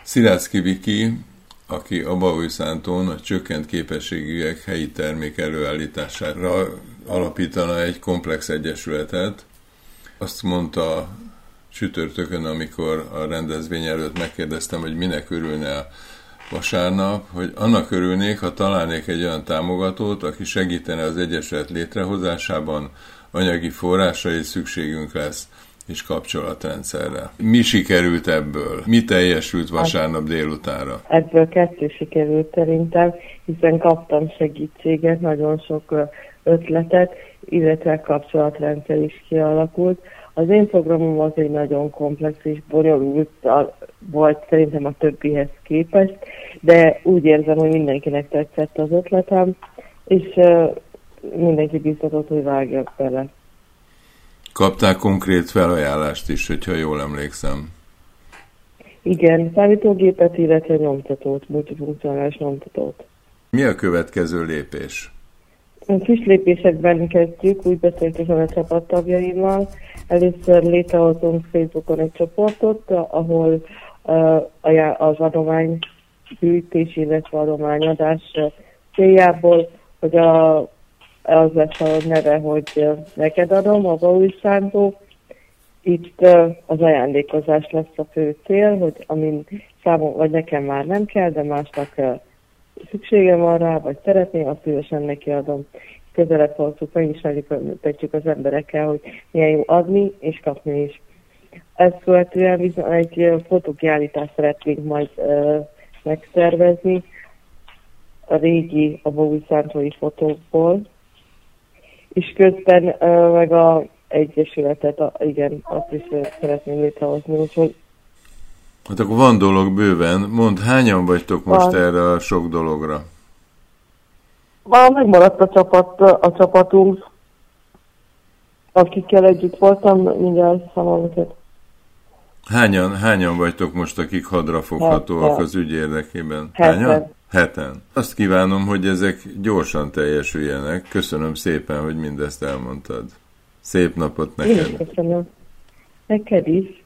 Szilászky Viki, aki Abaújszántón a csökkent képességűek helyi termék előállítására alapítana egy komplex egyesületet. Azt mondta csütörtökön, amikor a rendezvény előtt megkérdeztem, hogy minek örülne a vasárnap, hogy annak örülnék, ha találnék egy olyan támogatót, aki segítene az egyesület létrehozásában, anyagi forrásra is szükségünk lesz, és kapcsolatrendszerre. Mi sikerült ebből? Mi teljesült vasárnap délutánra? Ebből 2 sikerült szerintem, hiszen kaptam segítséget, nagyon sok ötletet, illetve kapcsolatrendszer is kialakult. Az én programom az egy nagyon komplex és bonyolult volt szerintem a többihez képest, de úgy érzem, hogy mindenkinek tetszett az ötletem, és mindenki biztatott, hogy vágjak bele. Kaptál konkrét felajánlást is, hogyha jól emlékszem. Igen, számítógépet, illetve nyomtatót, multifunkcionális nyomtatót. Mi a következő lépés? Kis lépésekben kezdjük, úgy beszéltük a csapattagjaimmal. Először létrehozunk Facebookon egy csoportot, ahol az adománygyűjtés, illetve adományadás céljából, hogy az lesz a neve, hogy neked adom, Abaújszántó. Itt az ajándékozás lesz a fő cél, hogy amin számom, vagy nekem már nem kell, de másnak szükségem van rá, vagy szeretném, azt szívesen neki adom. Közelebb hozzuk, meg is megmutatjuk az emberekkel, hogy milyen jó adni és kapni is. Ezt követően viszont egy fotókiállítást szeretnénk majd megszervezni a régi Abaújszántói fotókból, és közben meg a egyesületet, igen, azt is szeretném létrehozni, úgyhogy hát akkor van dolog bőven. Mondd, hányan vagytok most erre a sok dologra? Már megmaradt a csapatunk, akikkel együtt voltam, mindjárt számolom őket. Hányan vagytok most, akik hadrafoghatóak az ügy érdekében? 7. Azt kívánom, hogy ezek gyorsan teljesüljenek. Köszönöm szépen, hogy mindezt elmondtad. Szép napot neked! Én köszönöm. Neked is.